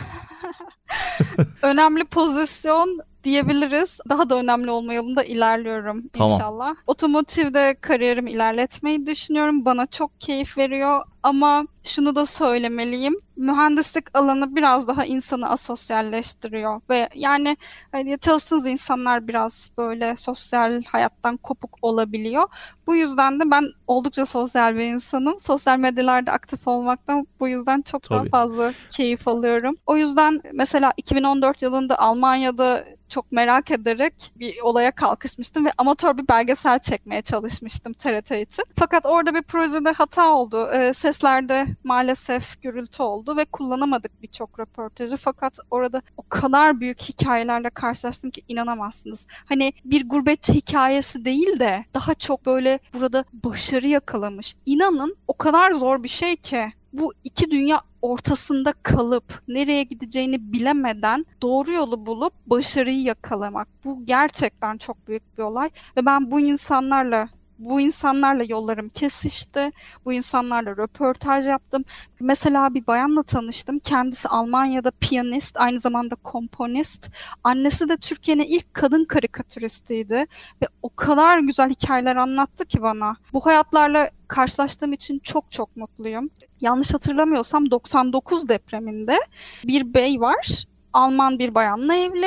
S2: Önemli pozisyon diyebiliriz. Daha da önemli olma yolunda ilerliyorum inşallah. Otomotivde kariyerimi ilerletmeyi düşünüyorum. Bana çok keyif veriyor ama şunu da söylemeliyim. Mühendislik alanı biraz daha insanı asosyalleştiriyor ve yani çalıştığınız insanlar biraz böyle sosyal hayattan kopuk olabiliyor. Bu yüzden de ben oldukça sosyal bir insanım. Sosyal medyalarda aktif olmaktan bu yüzden çok daha fazla keyif alıyorum. O yüzden mesela 2014 yılında Almanya'da çok merak ederek bir olaya kalkışmıştım ve amatör bir belgesel çekmeye çalışmıştım TRT için. Fakat orada bir projede hata oldu. Seslerde maalesef gürültü oldu ve kullanamadık birçok röportajı. Fakat orada o kadar büyük hikayelerle karşılaştım ki inanamazsınız. Hani bir gurbetçi hikayesi değil de daha çok böyle burada başarı yakalamış. İnanın o kadar zor bir şey ki. Bu iki dünya ortasında kalıp nereye gideceğini bilemeden doğru yolu bulup başarıyı yakalamak. Bu gerçekten çok büyük bir olay ve ben bu insanlarla Bu insanlarla yollarım kesişti. Bu insanlarla röportaj yaptım. Mesela bir bayanla tanıştım. Kendisi Almanya'da piyanist, aynı zamanda komponist. Annesi de Türkiye'nin ilk kadın karikatüristiydi. Ve o kadar güzel hikayeler anlattı ki bana. Bu hayatlarla karşılaştığım için çok çok mutluyum. Yanlış hatırlamıyorsam 99 depreminde bir bey var. Alman bir bayanla evli.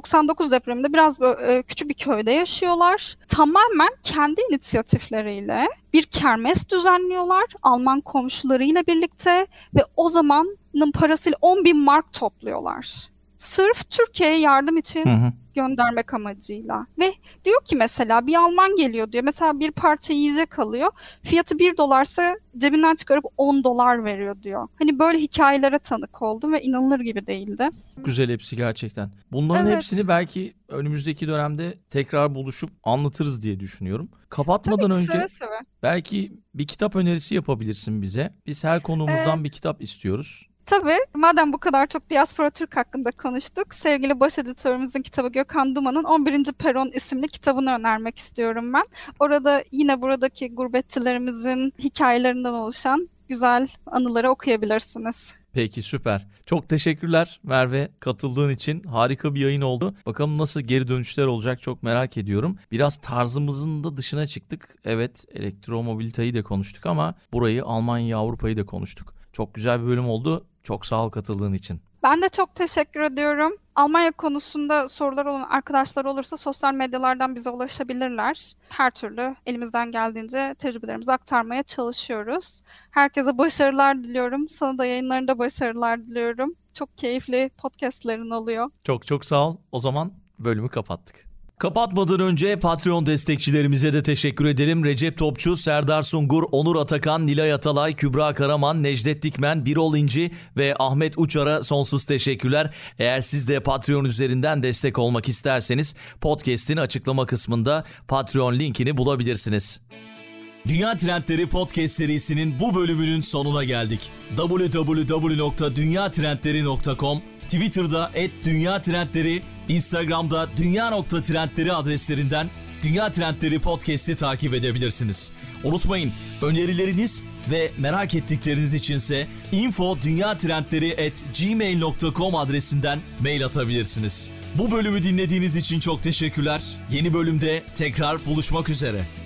S2: 99 depreminde biraz küçük bir köyde yaşıyorlar. Tamamen kendi inisiyatifleriyle bir kermes düzenliyorlar Alman komşularıyla birlikte ve o zamanın parasıyla 10.000 mark topluyorlar. Sırf Türkiye'ye yardım için göndermek amacıyla. Ve diyor ki mesela bir Alman geliyor diyor. Mesela bir parça yiyecek alıyor. Fiyatı $1 cebinden çıkarıp $10 veriyor diyor. Hani böyle hikayelere tanık oldum ve inanılır gibi değildi.
S1: Güzel hepsi gerçekten. Bunların hepsini belki önümüzdeki dönemde tekrar buluşup anlatırız diye düşünüyorum. Kapatmadan önce belki bir kitap önerisi yapabilirsin bize. Biz her konuğumuzdan bir kitap istiyoruz.
S2: Tabii. Madem bu kadar çok Diaspora Türk hakkında konuştuk, sevgili baş editörümüzün kitabı Gökhan Duman'ın 11. Peron isimli kitabını önermek istiyorum ben. Orada yine buradaki gurbetçilerimizin hikayelerinden oluşan güzel anıları okuyabilirsiniz.
S1: Peki, süper. Çok teşekkürler Merve, katıldığın için. Harika bir yayın oldu. Bakalım nasıl geri dönüşler olacak, çok merak ediyorum. Biraz tarzımızın da dışına çıktık. Evet, elektromobiliteyi de konuştuk ama burayı, Almanya, Avrupa'yı da konuştuk. Çok güzel bir bölüm oldu. Çok sağ ol katıldığın için.
S2: Ben de çok teşekkür ediyorum. Almanya konusunda sorular olan arkadaşlar olursa sosyal medyalardan bize ulaşabilirler. Her türlü elimizden geldiğince tecrübelerimizi aktarmaya çalışıyoruz. Herkese başarılar diliyorum. Sana da yayınlarında başarılar diliyorum. Çok keyifli podcastlerin oluyor.
S1: Çok çok sağ ol. O zaman bölümü kapattık. Kapatmadan önce Patreon destekçilerimize de teşekkür edelim. Recep Topçu, Serdar Sungur, Onur Atakan, Nilay Atalay, Kübra Karaman, Necdet Dikmen, Birol İnci ve Ahmet Uçar'a sonsuz teşekkürler. Eğer siz de Patreon üzerinden destek olmak isterseniz podcast'in açıklama kısmında Patreon linkini bulabilirsiniz. Dünya Trendleri Podcast serisinin bu bölümünün sonuna geldik. www.dünyatrendleri.com, Twitter'da @dünyatrendleri, Instagram'da dünya.trendleri adreslerinden Dünya Trendleri Podcast'i takip edebilirsiniz. Unutmayın, önerileriniz ve merak ettikleriniz içinse info@dünyatrendleri@gmail.com adresinden mail atabilirsiniz. Bu bölümü dinlediğiniz için çok teşekkürler. Yeni bölümde tekrar buluşmak üzere.